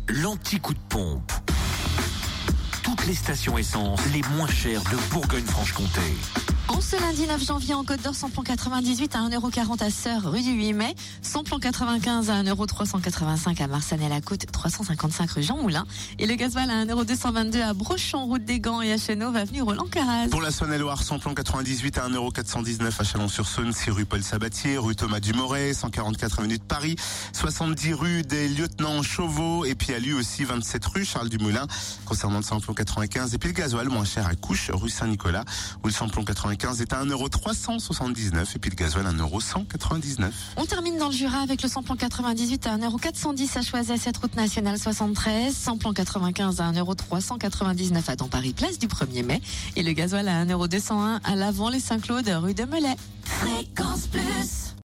l'anti-coup de pompe. Toutes les stations essence les moins chères de Bourgogne-Franche-Comté. En ce lundi 9 janvier, en Côte d'Or, samplon 98 à 1,40 € à Sœur, rue du 8 mai. Samplon 95 à 1,385 € à Marsanne-la-Côte, 355 rue Jean Moulin. Et le gasoil à 1,222 € à Brochon, route des Gants, et à Chenauve, avenue Roland-Caraz. Pour la Saône-et-Loire, samplon 98 à 1,419 € à Chalon-sur-Saône, 6 rue Paul Sabatier, rue Thomas Dumoret, 144 avenue de Paris, 70 rue des Lieutenants Chauveau, et puis à lui aussi 27 rue Charles Dumoulin, concernant le samplon 95. Et puis le gasoil moins cher à Couche, rue Saint-Nicolas, où le samplon 95 est à 1,379 € et puis le gasoil à 1,199 €. On termine dans le Jura avec le samplon 98 à 1,410 € à Choiset, cette route nationale 73. Samplon 95 à 1,399 € à dans Paris, place du 1er mai. Et le gasoil à 1,201 € à Lavant, les Saint-Claude, rue de Melay. Fréquence Plus.